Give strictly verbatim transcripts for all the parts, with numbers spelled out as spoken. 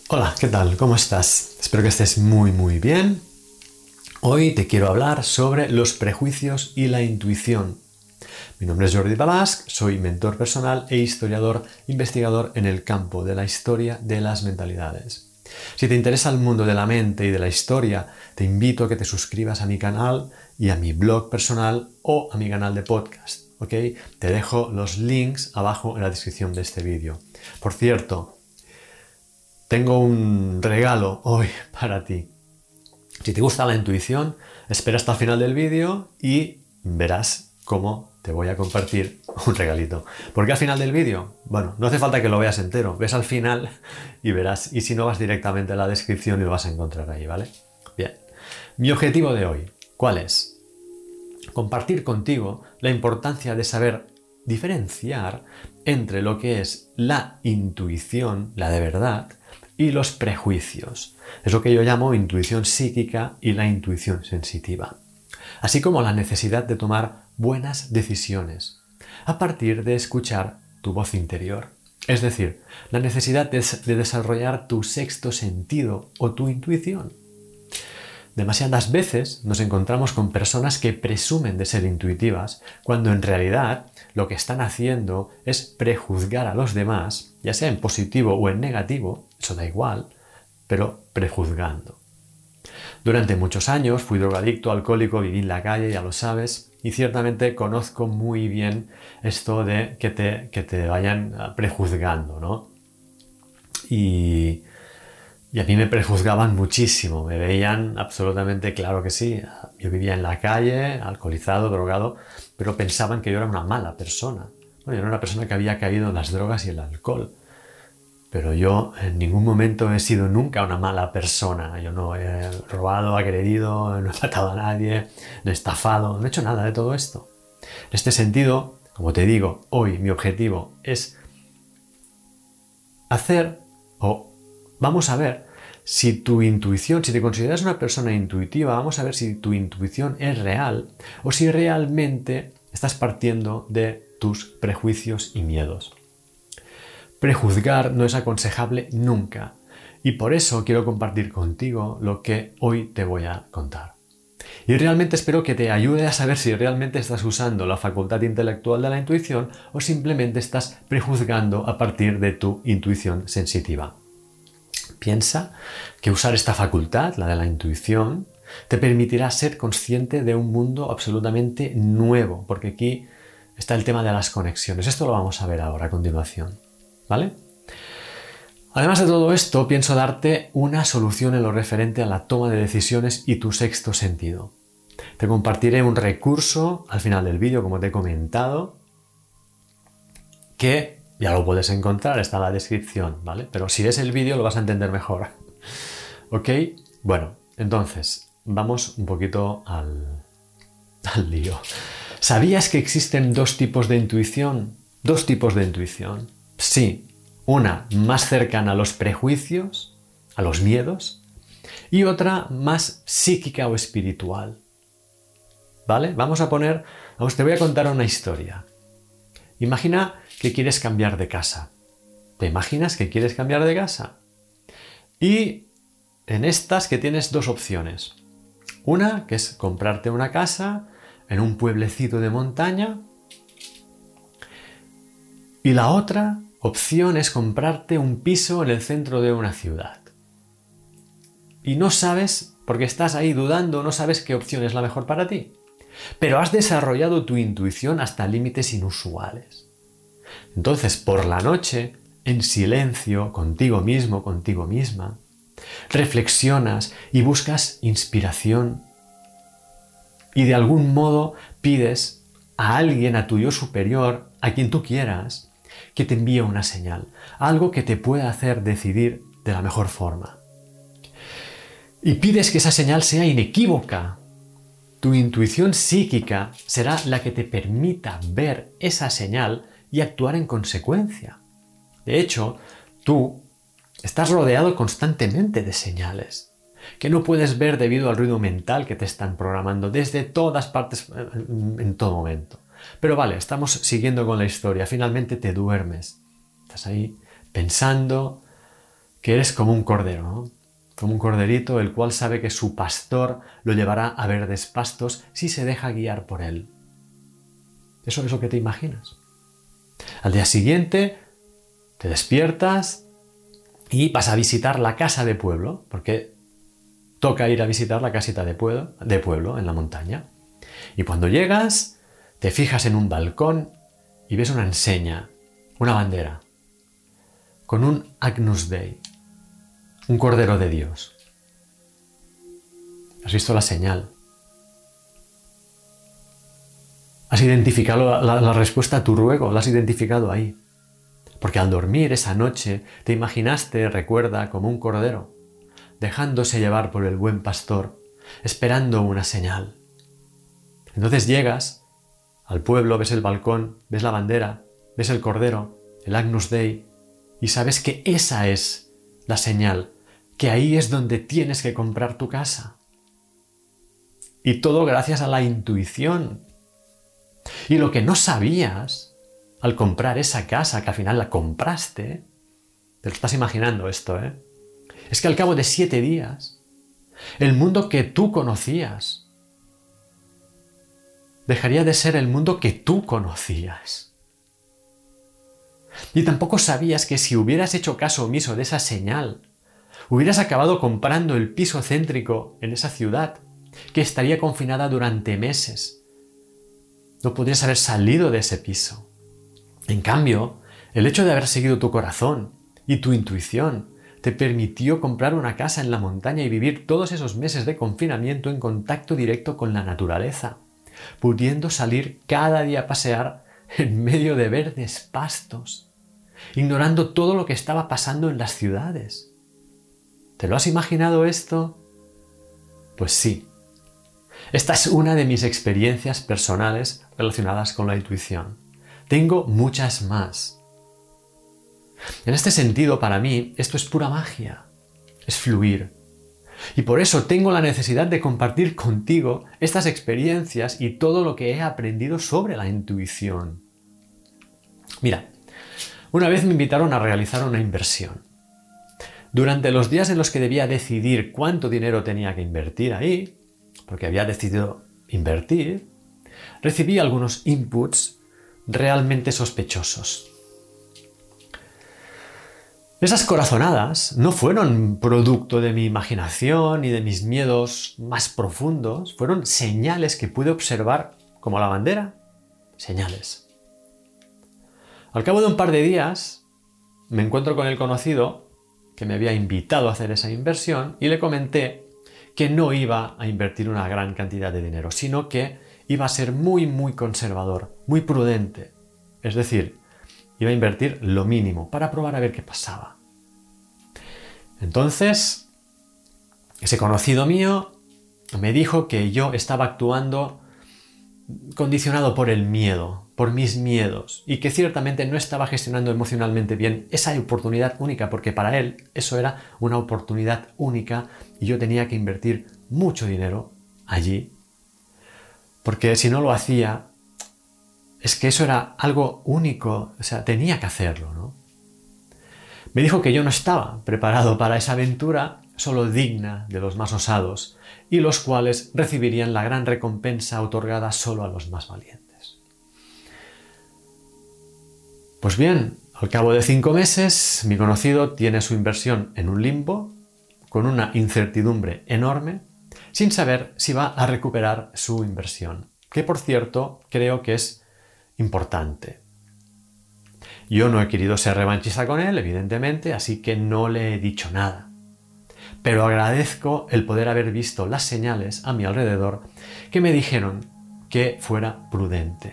Hola, ¿qué tal? ¿Cómo estás? Espero que estés muy muy bien. Hoy te quiero hablar sobre los prejuicios y la intuición. Mi nombre es Jordi Balasc, soy mentor personal e historiador investigador en el campo de la historia de las mentalidades. Si te interesa el mundo de la mente y de la historia, te invito a que te suscribas a mi canal y a mi blog personal o a mi canal de podcast, ¿ok? Te dejo los links abajo en la descripción de este vídeo. Por cierto, tengo un regalo hoy para ti. Si te gusta la intuición, espera hasta el final del vídeo y verás cómo te voy a compartir un regalito. ¿Por qué al final del vídeo? Bueno, no hace falta que lo veas entero. Ves al final y verás. Y si no, vas directamente a la descripción y lo vas a encontrar ahí, ¿vale? Bien. Mi objetivo de hoy, ¿cuál es? Compartir contigo la importancia de saber diferenciar entre lo que es la intuición, la de verdad, y los prejuicios. Es lo que yo llamo intuición psíquica y la intuición sensitiva. Así como la necesidad de tomar buenas decisiones a partir de escuchar tu voz interior. Es decir, la necesidad de, de desarrollar tu sexto sentido o tu intuición. Demasiadas veces nos encontramos con personas que presumen de ser intuitivas, cuando en realidad lo que están haciendo es prejuzgar a los demás, ya sea en positivo o en negativo, eso da igual, pero prejuzgando. Durante muchos años fui drogadicto, alcohólico, viví en la calle, ya lo sabes, y ciertamente conozco muy bien esto de que te, que te vayan prejuzgando, ¿no? Y... Y a mí me prejuzgaban muchísimo, me veían absolutamente, claro que sí. Yo vivía en la calle, alcoholizado, drogado, pero pensaban que yo era una mala persona. Bueno, yo era una persona que había caído en las drogas y el alcohol. Pero yo en ningún momento he sido nunca una mala persona. Yo no he robado, agredido, no he matado a nadie, no he estafado, no he hecho nada de todo esto. En este sentido, como te digo, hoy mi objetivo es hacer o vamos a ver si tu intuición, si te consideras una persona intuitiva, vamos a ver si tu intuición es real o si realmente estás partiendo de tus prejuicios y miedos. Prejuzgar no es aconsejable nunca y por eso quiero compartir contigo lo que hoy te voy a contar. Y realmente espero que te ayude a saber si realmente estás usando la facultad intelectual de la intuición o simplemente estás prejuzgando a partir de tu intuición sensitiva. Piensa que usar esta facultad, la de la intuición, te permitirá ser consciente de un mundo absolutamente nuevo, porque aquí está el tema de las conexiones. Esto lo vamos a ver ahora a continuación, ¿vale? Además de todo esto, pienso darte una solución en lo referente a la toma de decisiones y tu sexto sentido. Te compartiré un recurso al final del vídeo, como te he comentado, que ya lo puedes encontrar, está en la descripción, ¿vale? Pero si ves el vídeo lo vas a entender mejor. ¿Ok? Bueno, entonces, vamos un poquito al, al lío. ¿Sabías que existen dos tipos de intuición? Dos tipos de intuición. Sí, una más cercana a los prejuicios, a los miedos, y otra más psíquica o espiritual. ¿Vale? Vamos a poner, vamos, te voy a contar una historia. Imagina que quieres cambiar de casa. ¿Te imaginas que quieres cambiar de casa? Y en estas que tienes dos opciones. Una que es comprarte una casa en un pueblecito de montaña. Y la otra opción es comprarte un piso en el centro de una ciudad. Y no sabes, porque estás ahí dudando, no sabes qué opción es la mejor para ti. Pero has desarrollado tu intuición hasta límites inusuales. Entonces, por la noche, en silencio, contigo mismo, contigo misma, reflexionas y buscas inspiración y de algún modo pides a alguien, a tu yo superior, a quien tú quieras, que te envíe una señal, algo que te pueda hacer decidir de la mejor forma. Y pides que esa señal sea inequívoca. Tu intuición psíquica será la que te permita ver esa señal y actuar en consecuencia. De hecho, tú estás rodeado constantemente de señales que no puedes ver debido al ruido mental que te están programando desde todas partes en todo momento. Pero vale, estamos siguiendo con la historia. Finalmente te duermes. Estás ahí pensando, que eres como un cordero, ¿no? Como un corderito, el cual sabe que su pastor lo llevará a verdes pastos si se deja guiar por él. Eso es lo que te imaginas. Al día siguiente te despiertas y vas a visitar la casa de pueblo, porque toca ir a visitar la casita de pueblo, de pueblo en la montaña. Y cuando llegas, te fijas en un balcón y ves una enseña, una bandera, con un Agnus Dei, un Cordero de Dios. ¿Has visto la señal? ¿Has identificado la, la, la respuesta a tu ruego? ¿La has identificado ahí? Porque al dormir esa noche te imaginaste, recuerda, como un cordero, dejándose llevar por el buen pastor, esperando una señal. Entonces llegas al pueblo, ves el balcón, ves la bandera, ves el cordero, el Agnus Dei, y sabes que esa es la señal, que ahí es donde tienes que comprar tu casa. Y todo gracias a la intuición. Y lo que no sabías al comprar esa casa, que al final la compraste, te lo estás imaginando esto, ¿eh? Es que al cabo de siete días, el mundo que tú conocías dejaría de ser el mundo que tú conocías. Y tampoco sabías que si hubieras hecho caso omiso de esa señal, hubieras acabado comprando el piso céntrico en esa ciudad, que estaría confinada durante meses. No podrías haber salido de ese piso. En cambio, el hecho de haber seguido tu corazón y tu intuición te permitió comprar una casa en la montaña y vivir todos esos meses de confinamiento en contacto directo con la naturaleza, pudiendo salir cada día a pasear en medio de verdes pastos, ignorando todo lo que estaba pasando en las ciudades. ¿Te lo has imaginado esto? Pues sí. Esta es una de mis experiencias personales relacionadas con la intuición. Tengo muchas más. En este sentido, para mí, esto es pura magia. Es fluir. Y por eso tengo la necesidad de compartir contigo estas experiencias y todo lo que he aprendido sobre la intuición. Mira, una vez me invitaron a realizar una inversión. Durante los días en los que debía decidir cuánto dinero tenía que invertir ahí, porque había decidido invertir, recibí algunos inputs realmente sospechosos. Esas corazonadas no fueron producto de mi imaginación ni de mis miedos más profundos, fueron señales que pude observar como la bandera, señales. Al cabo de un par de días, me encuentro con el conocido que me había invitado a hacer esa inversión y le comenté que no iba a invertir una gran cantidad de dinero, sino que iba a ser muy, muy conservador, muy prudente. Es decir, iba a invertir lo mínimo para probar a ver qué pasaba. Entonces, ese conocido mío me dijo que yo estaba actuando condicionado por el miedo, por mis miedos, y que ciertamente no estaba gestionando emocionalmente bien esa oportunidad única, porque para él eso era una oportunidad única y yo tenía que invertir mucho dinero allí, porque si no lo hacía, es que eso era algo único, o sea, tenía que hacerlo, ¿no? Me dijo que yo no estaba preparado para esa aventura, solo digna de los más osados, y los cuales recibirían la gran recompensa otorgada solo a los más valientes. Pues bien, al cabo de cinco meses, mi conocido tiene su inversión en un limbo, con una incertidumbre enorme, sin saber si va a recuperar su inversión, que por cierto creo que es importante. Yo no he querido ser revanchista con él, evidentemente, así que no le he dicho nada. Pero agradezco el poder haber visto las señales a mi alrededor que me dijeron que fuera prudente.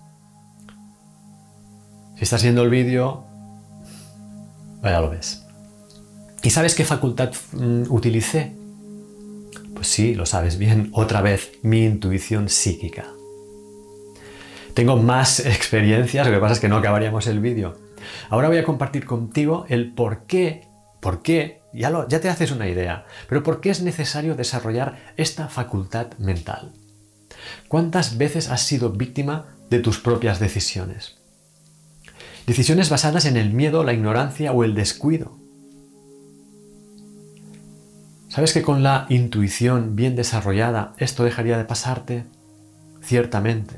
Si estás viendo el vídeo, ya lo ves. ¿Y sabes qué facultad mm, utilicé? Pues sí, lo sabes bien, otra vez, mi intuición psíquica. Tengo más experiencias, lo que pasa es que no acabaríamos el vídeo. Ahora voy a compartir contigo el por qué, por qué, ya, lo, ya te haces una idea, pero por qué es necesario desarrollar esta facultad mental. ¿Cuántas veces has sido víctima de tus propias decisiones? Decisiones basadas en el miedo, la ignorancia o el descuido. ¿Sabes que con la intuición bien desarrollada esto dejaría de pasarte? Ciertamente.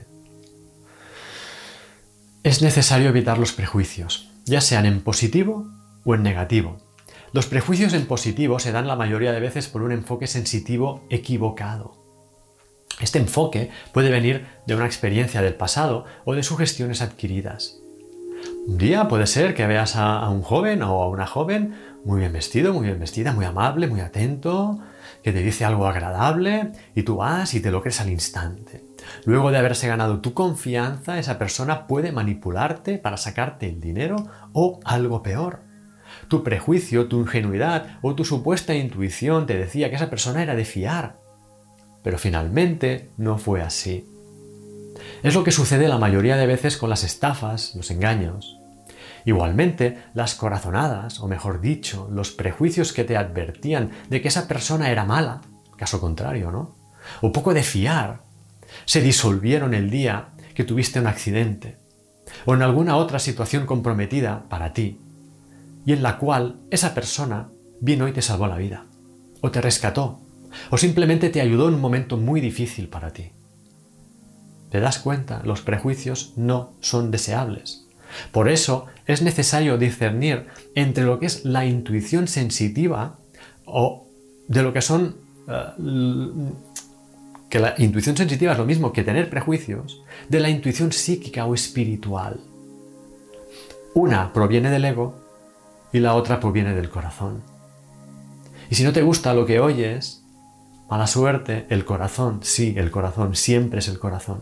Es necesario evitar los prejuicios, ya sean en positivo o en negativo. Los prejuicios en positivo se dan la mayoría de veces por un enfoque sensitivo equivocado. Este enfoque puede venir de una experiencia del pasado o de sugestiones adquiridas. Un día puede ser que veas a, a un joven o a una joven muy bien vestido, muy bien vestida, muy amable, muy atento, que te dice algo agradable y tú vas y te lo crees al instante. Luego de haberse ganado tu confianza, esa persona puede manipularte para sacarte el dinero o algo peor. Tu prejuicio, tu ingenuidad o tu supuesta intuición te decía que esa persona era de fiar. Pero finalmente no fue así. Es lo que sucede la mayoría de veces con las estafas, los engaños. Igualmente, las corazonadas, o mejor dicho, los prejuicios que te advertían de que esa persona era mala, caso contrario, ¿no? O poco de fiar, se disolvieron el día que tuviste un accidente, o en alguna otra situación comprometida para ti, y en la cual esa persona vino y te salvó la vida, o te rescató, o simplemente te ayudó en un momento muy difícil para ti. ¿Te das cuenta? Los prejuicios no son deseables. Por eso es necesario discernir entre lo que es la intuición sensitiva o de lo que son... Uh, que la intuición sensitiva es lo mismo que tener prejuicios, de la intuición psíquica o espiritual. Una proviene del ego y la otra proviene del corazón. Y si no te gusta lo que oyes, mala suerte, el corazón, sí, el corazón, siempre es el corazón.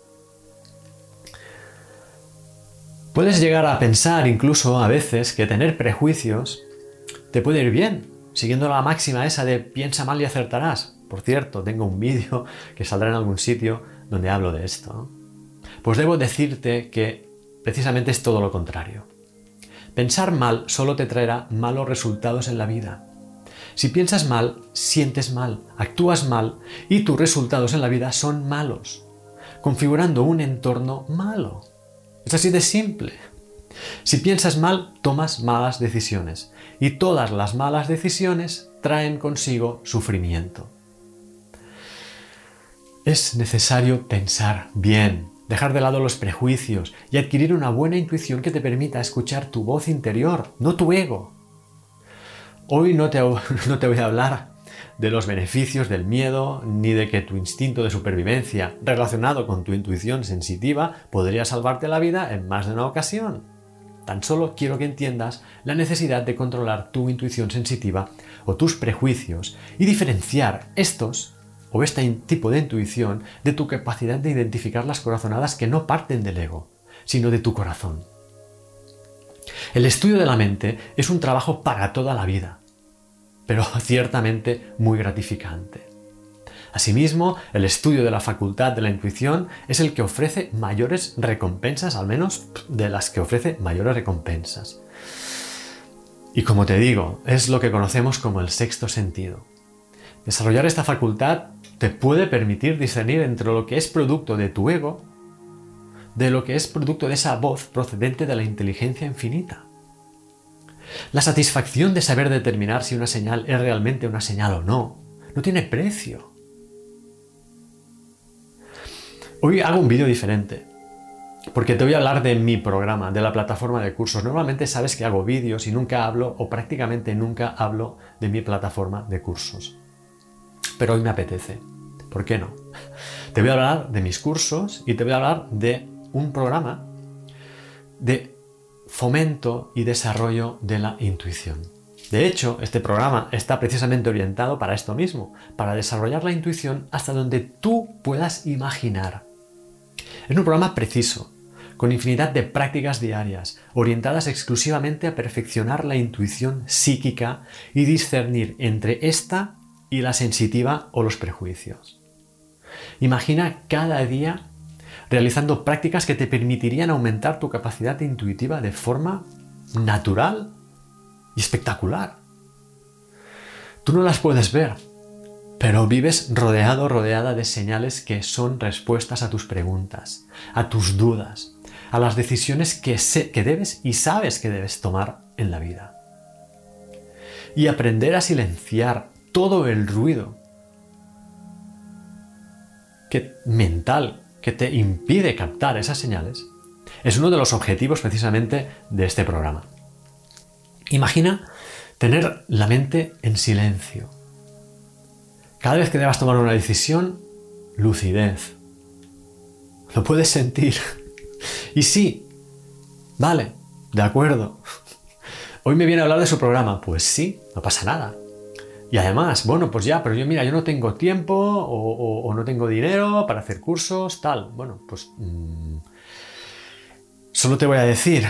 Puedes llegar a pensar incluso a veces que tener prejuicios te puede ir bien, siguiendo la máxima esa de piensa mal y acertarás. Por cierto, tengo un vídeo que saldrá en algún sitio donde hablo de esto, ¿no? Pues debo decirte que precisamente es todo lo contrario. Pensar mal solo te traerá malos resultados en la vida. Si piensas mal, sientes mal, actúas mal y tus resultados en la vida son malos, configurando un entorno malo. Es así de simple. Si piensas mal, tomas malas decisiones y todas las malas decisiones traen consigo sufrimiento. Es necesario pensar bien, dejar de lado los prejuicios y adquirir una buena intuición que te permita escuchar tu voz interior, no tu ego. Hoy no te, no te voy a hablar de los beneficios del miedo ni de que tu instinto de supervivencia relacionado con tu intuición sensitiva podría salvarte la vida en más de una ocasión. Tan solo quiero que entiendas la necesidad de controlar tu intuición sensitiva o tus prejuicios y diferenciar estos o este tipo de intuición de tu capacidad de identificar las corazonadas que no parten del ego, sino de tu corazón. El estudio de la mente es un trabajo para toda la vida, pero ciertamente muy gratificante. Asimismo, el estudio de la facultad de la intuición es el que ofrece mayores recompensas, al menos de las que ofrece mayores recompensas. Y como te digo, es lo que conocemos como el sexto sentido. Desarrollar esta facultad te puede permitir discernir entre lo que es producto de tu ego, de lo que es producto de esa voz procedente de la inteligencia infinita. La satisfacción de saber determinar si una señal es realmente una señal o no, no tiene precio. Hoy hago un vídeo diferente, porque te voy a hablar de mi programa, de la plataforma de cursos. Normalmente sabes que hago vídeos y nunca hablo, o prácticamente nunca hablo de mi plataforma de cursos. Pero hoy me apetece. ¿Por qué no? Te voy a hablar de mis cursos y te voy a hablar de un programa de fomento y desarrollo de la intuición. De hecho, este programa está precisamente orientado para esto mismo, para desarrollar la intuición hasta donde tú puedas imaginar. Es un programa preciso, con infinidad de prácticas diarias, orientadas exclusivamente a perfeccionar la intuición psíquica y discernir entre esta y la sensitiva o los prejuicios. Imagina cada día realizando prácticas que te permitirían aumentar tu capacidad intuitiva de forma natural y espectacular. Tú no las puedes ver, pero vives rodeado, rodeada de señales que son respuestas a tus preguntas, a tus dudas, a las decisiones que, sé, que debes y sabes que debes tomar en la vida. Y aprender a silenciar todo el ruido que, mental que te impide captar esas señales es uno de los objetivos precisamente de este programa. Imagina tener la mente en silencio. Cada vez que debas tomar una decisión, lucidez. Lo puedes sentir. Y sí, vale, de acuerdo. Hoy me viene a hablar de su programa. Pues sí, no pasa nada. Y además, bueno, pues ya, pero yo mira, yo no tengo tiempo o, o, o no tengo dinero para hacer cursos, tal. Bueno, pues mmm, solo te voy a decir,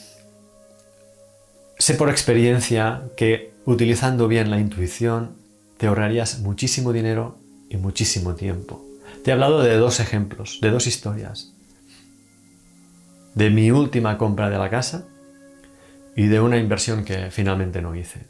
sé por experiencia que utilizando bien la intuición te ahorrarías muchísimo dinero y muchísimo tiempo. Te he hablado de dos ejemplos, de dos historias. De mi última compra de la casa y de una inversión que finalmente no hice.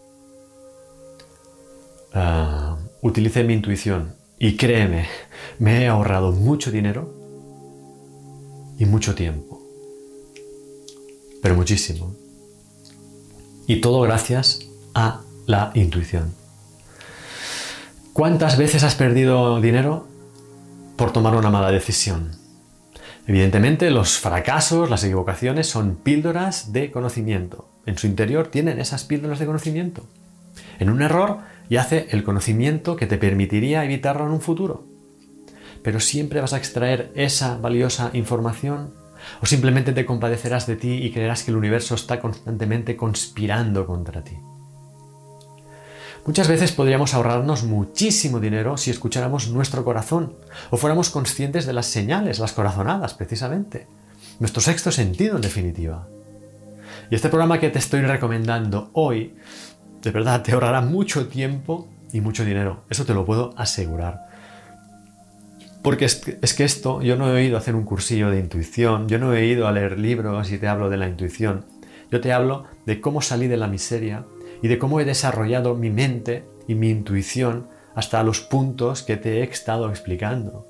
Uh, utilicé mi intuición y créeme, me he ahorrado mucho dinero y mucho tiempo. Pero muchísimo. Y todo gracias a la intuición. ¿Cuántas veces has perdido dinero por tomar una mala decisión? Evidentemente, los fracasos, las equivocaciones son píldoras de conocimiento. En su interior tienen esas píldoras de conocimiento. En un error yace el conocimiento que te permitiría evitarlo en un futuro. Pero siempre vas a extraer esa valiosa información o simplemente te compadecerás de ti y creerás que el universo está constantemente conspirando contra ti. Muchas veces podríamos ahorrarnos muchísimo dinero si escucháramos nuestro corazón o fuéramos conscientes de las señales, las corazonadas precisamente. Nuestro sexto sentido en definitiva. Y este programa que te estoy recomendando hoy, de verdad te ahorrará mucho tiempo y mucho dinero. Eso te lo puedo asegurar. Porque es que, es que esto, yo no he ido a hacer un cursillo de intuición, yo no he ido a leer libros y te hablo de la intuición. Yo te hablo de cómo salí de la miseria y de cómo he desarrollado mi mente y mi intuición hasta los puntos que te he estado explicando.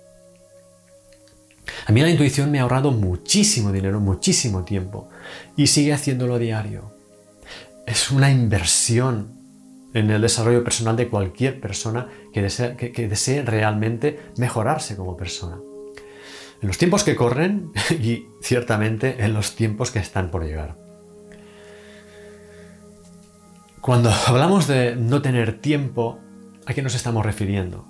A mí la intuición me ha ahorrado muchísimo dinero, muchísimo tiempo y sigue haciéndolo a diario. Es una inversión en el desarrollo personal de cualquier persona que desee, que, que desee realmente mejorarse como persona. En los tiempos que corren y ciertamente en los tiempos que están por llegar. Cuando hablamos de no tener tiempo, ¿a qué nos estamos refiriendo?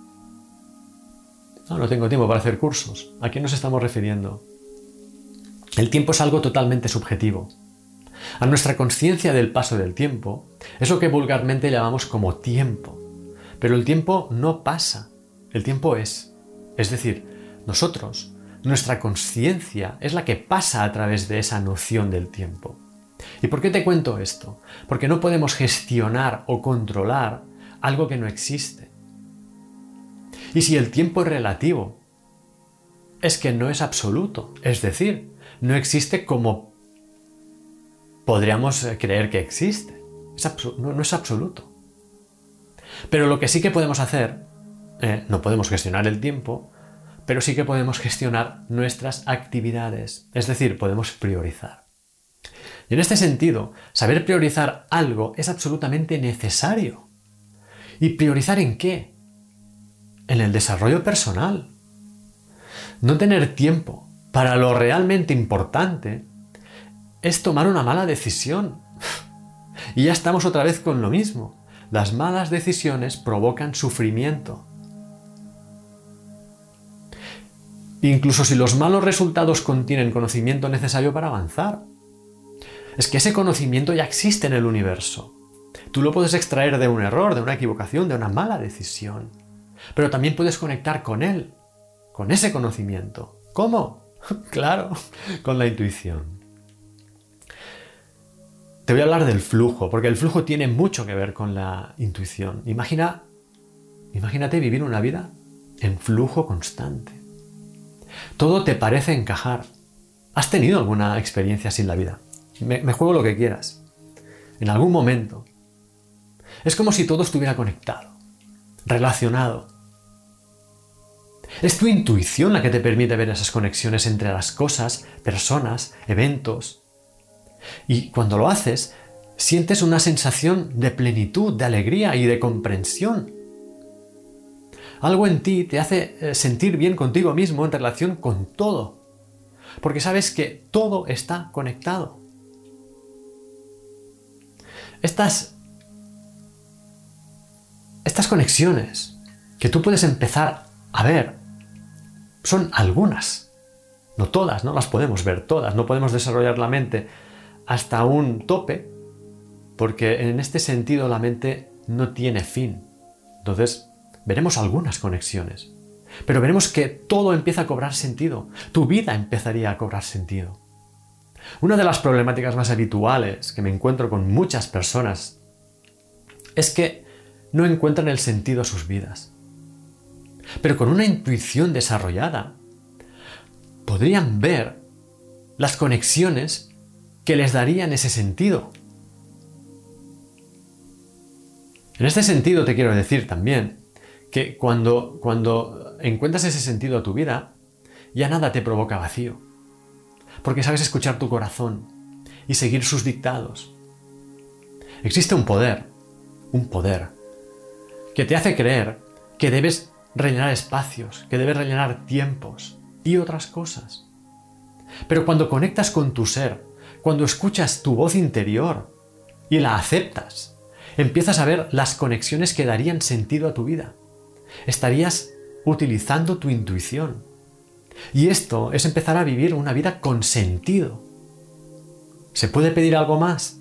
No, no tengo tiempo para hacer cursos. ¿A qué nos estamos refiriendo? El tiempo es algo totalmente subjetivo. A nuestra conciencia del paso del tiempo es lo que vulgarmente llamamos como tiempo. Pero el tiempo no pasa, el tiempo es. Es decir, nosotros, nuestra conciencia es la que pasa a través de esa noción del tiempo. ¿Y por qué te cuento esto? Porque no podemos gestionar o controlar algo que no existe. Y si el tiempo es relativo, es que no es absoluto. Es decir, no existe como podríamos creer que existe. Es no, no es absoluto. Pero lo que sí que podemos hacer, eh, no podemos gestionar el tiempo, pero sí que podemos gestionar nuestras actividades. Es decir, podemos priorizar. Y en este sentido, saber priorizar algo es absolutamente necesario. ¿Y priorizar en qué? En el desarrollo personal. No tener tiempo para lo realmente importante es tomar una mala decisión. Y ya estamos otra vez con lo mismo. Las malas decisiones provocan sufrimiento. Incluso si los malos resultados contienen conocimiento necesario para avanzar. Es que ese conocimiento ya existe en el universo. Tú lo puedes extraer de un error, de una equivocación, de una mala decisión. Pero también puedes conectar con él, con ese conocimiento. ¿Cómo? Claro, con la intuición. Te voy a hablar del flujo, porque el flujo tiene mucho que ver con la intuición. Imagina, imagínate vivir una vida en flujo constante. Todo te parece encajar. ¿Has tenido alguna experiencia así en la vida? Me, me juego lo que quieras. En algún momento. Es como si todo estuviera conectado, relacionado. Es tu intuición la que te permite ver esas conexiones entre las cosas, personas, eventos. Y cuando lo haces, sientes una sensación de plenitud, de alegría y de comprensión. Algo en ti te hace sentir bien contigo mismo en relación con todo, porque sabes que todo está conectado. Estas, estas conexiones que tú puedes empezar a ver son algunas, no todas, no las podemos ver todas, no podemos desarrollar la mente hasta un tope, porque en este sentido la mente no tiene fin. Entonces, veremos algunas conexiones, pero veremos que todo empieza a cobrar sentido. Tu vida empezaría a cobrar sentido. Una de las problemáticas más habituales que me encuentro con muchas personas es que no encuentran el sentido a sus vidas. Pero con una intuición desarrollada, podrían ver las conexiones que les darían ese sentido. En este sentido te quiero decir también que cuando, cuando encuentras ese sentido a tu vida, ya nada te provoca vacío, porque sabes escuchar tu corazón y seguir sus dictados. Existe un poder, un poder, que te hace creer que debes rellenar espacios, que debes rellenar tiempos y otras cosas. Pero cuando conectas con tu ser, cuando escuchas tu voz interior y la aceptas, empiezas a ver las conexiones que darían sentido a tu vida. Estarías utilizando tu intuición. Y esto es empezar a vivir una vida con sentido. ¿Se puede pedir algo más?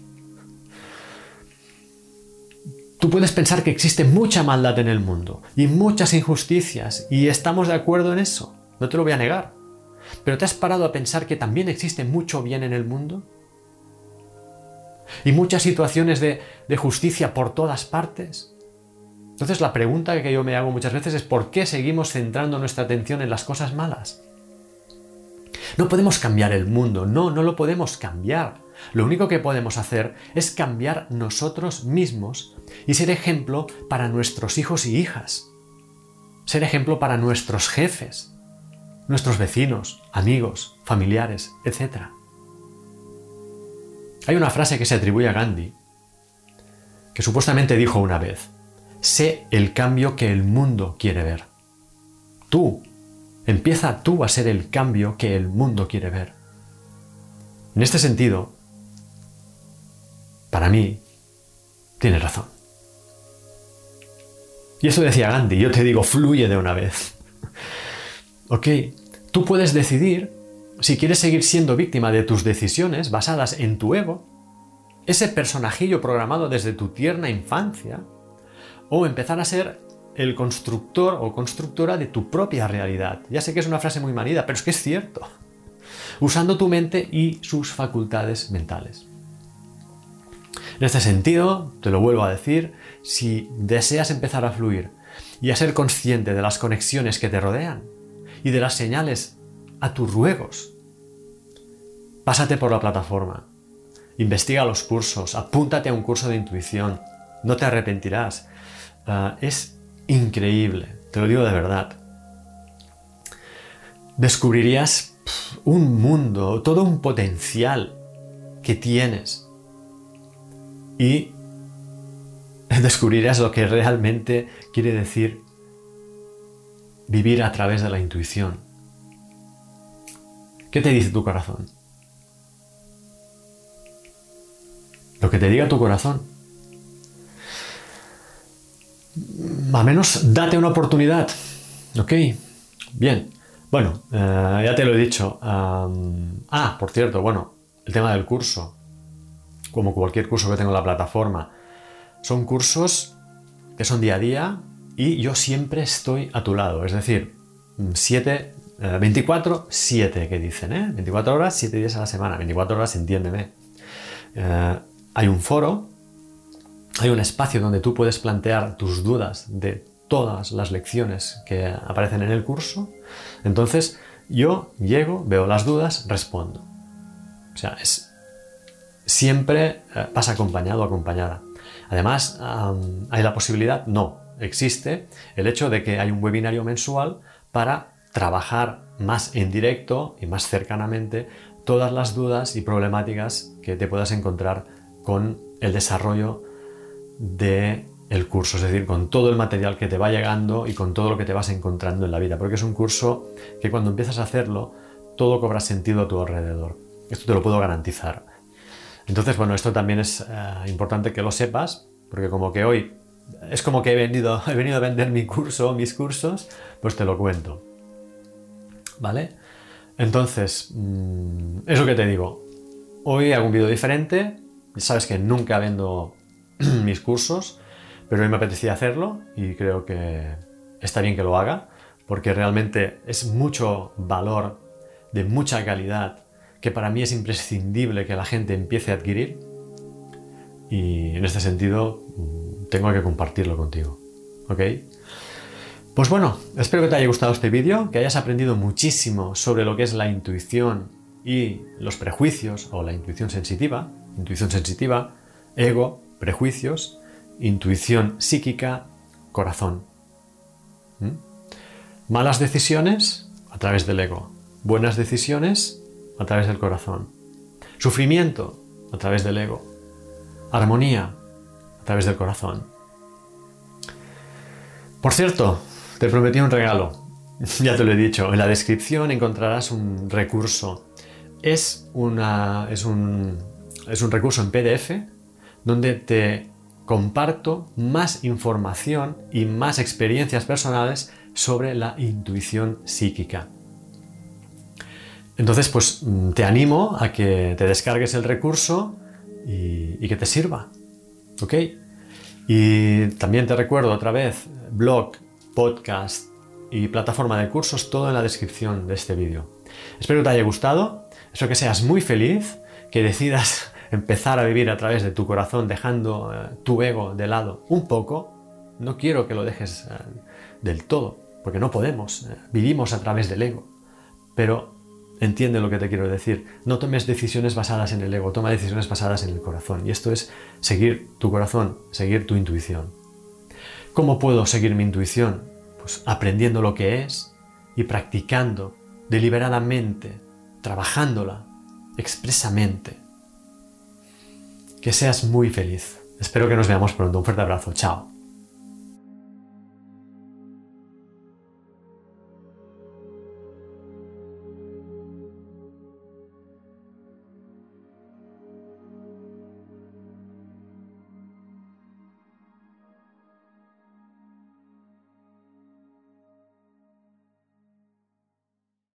Tú puedes pensar que existe mucha maldad en el mundo y muchas injusticias, y estamos de acuerdo en eso, no te lo voy a negar. ¿Pero te has parado a pensar que también existe mucho bien en el mundo? Y muchas situaciones de, de justicia por todas partes. Entonces la pregunta que yo me hago muchas veces es ¿por qué seguimos centrando nuestra atención en las cosas malas? No podemos cambiar el mundo, no, no lo podemos cambiar. Lo único que podemos hacer es cambiar nosotros mismos y ser ejemplo para nuestros hijos y hijas. Ser ejemplo para nuestros jefes, nuestros vecinos, amigos, familiares, etcétera. Hay una frase que se atribuye a Gandhi, que supuestamente dijo una vez: sé el cambio que el mundo quiere ver. Tú, empieza tú a ser el cambio que el mundo quiere ver. En este sentido, para mí, tienes razón. Y eso decía Gandhi, yo te digo, fluye de una vez. Ok, tú puedes decidir si quieres seguir siendo víctima de tus decisiones basadas en tu ego, ese personajillo programado desde tu tierna infancia, o empezar a ser el constructor o constructora de tu propia realidad. Ya sé que es una frase muy manida, pero es que es cierto. Usando tu mente y sus facultades mentales. En este sentido, te lo vuelvo a decir, si deseas empezar a fluir y a ser consciente de las conexiones que te rodean y de las señales a tus ruegos, pásate por la plataforma, investiga los cursos, apúntate a un curso de intuición, no te arrepentirás. Uh, es increíble, te lo digo de verdad. Descubrirías pff, un mundo, todo un potencial que tienes y descubrirás lo que realmente quiere decir vivir a través de la intuición. ¿Qué te dice tu corazón? Lo que te diga tu corazón. Al menos date una oportunidad. ¿Ok? Bien. Bueno, eh, ya te lo he dicho. Um, ah, por cierto, bueno, el tema del curso. Como cualquier curso que tengo en la plataforma. Son cursos que son día a día y yo siempre estoy a tu lado. Es decir, siete, veinticuatro siete que dicen, ¿eh? veinticuatro horas, siete días a la semana. veinticuatro horas, entiéndeme. Eh, hay un foro, hay un espacio donde tú puedes plantear tus dudas de todas las lecciones que aparecen en el curso. Entonces, yo llego, veo las dudas, respondo. O sea, es siempre eh, vas acompañado o acompañada. Además, um, ¿hay la posibilidad? No, existe el hecho de que hay un webinario mensual para trabajar más en directo y más cercanamente todas las dudas y problemáticas que te puedas encontrar con el desarrollo del curso, es decir, con todo el material que te va llegando y con todo lo que te vas encontrando en la vida, porque es un curso que cuando empiezas a hacerlo, todo cobra sentido a tu alrededor. Esto te lo puedo garantizar. Entonces, bueno, esto también es uh, importante que lo sepas, porque como que hoy es como que he venido, he venido a vender mi curso, mis cursos, pues te lo cuento. ¿Vale? Entonces, mmm, es lo que te digo. Hoy hago un vídeo diferente. Sabes que nunca vendo mis cursos, pero hoy me apetecía hacerlo y creo que está bien que lo haga, porque realmente es mucho valor de mucha calidad que para mí es imprescindible que la gente empiece a adquirir, y en este sentido tengo que compartirlo contigo. ¿Ok? Pues bueno, espero que te haya gustado este vídeo, que hayas aprendido muchísimo sobre lo que es la intuición y los prejuicios, o la intuición sensitiva, intuición sensitiva, ego, prejuicios, intuición psíquica, corazón. ¿Mm? Malas decisiones a través del ego, buenas decisiones a través del corazón, sufrimiento a través del ego, armonía a través del corazón. Por cierto, te prometí un regalo, ya te lo he dicho, en la descripción encontrarás un recurso. Es, una, es, un, es un recurso en P D F donde te comparto más información y más experiencias personales sobre la intuición psíquica. Entonces, pues te animo a que te descargues el recurso y, y que te sirva. ¿Ok? Y también te recuerdo otra vez, blog, podcast y plataforma de cursos, todo en la descripción de este vídeo. Espero que te haya gustado, espero que seas muy feliz, que decidas empezar a vivir a través de tu corazón, dejando uh, tu ego de lado un poco. No quiero que lo dejes uh, del todo, porque no podemos, uh, vivimos a través del ego. Pero entiende lo que te quiero decir. No tomes decisiones basadas en el ego, toma decisiones basadas en el corazón. Y esto es seguir tu corazón, seguir tu intuición. ¿Cómo puedo seguir mi intuición? Pues aprendiendo lo que es y practicando deliberadamente, trabajándola expresamente. Que seas muy feliz. Espero que nos veamos pronto. Un fuerte abrazo. Chao.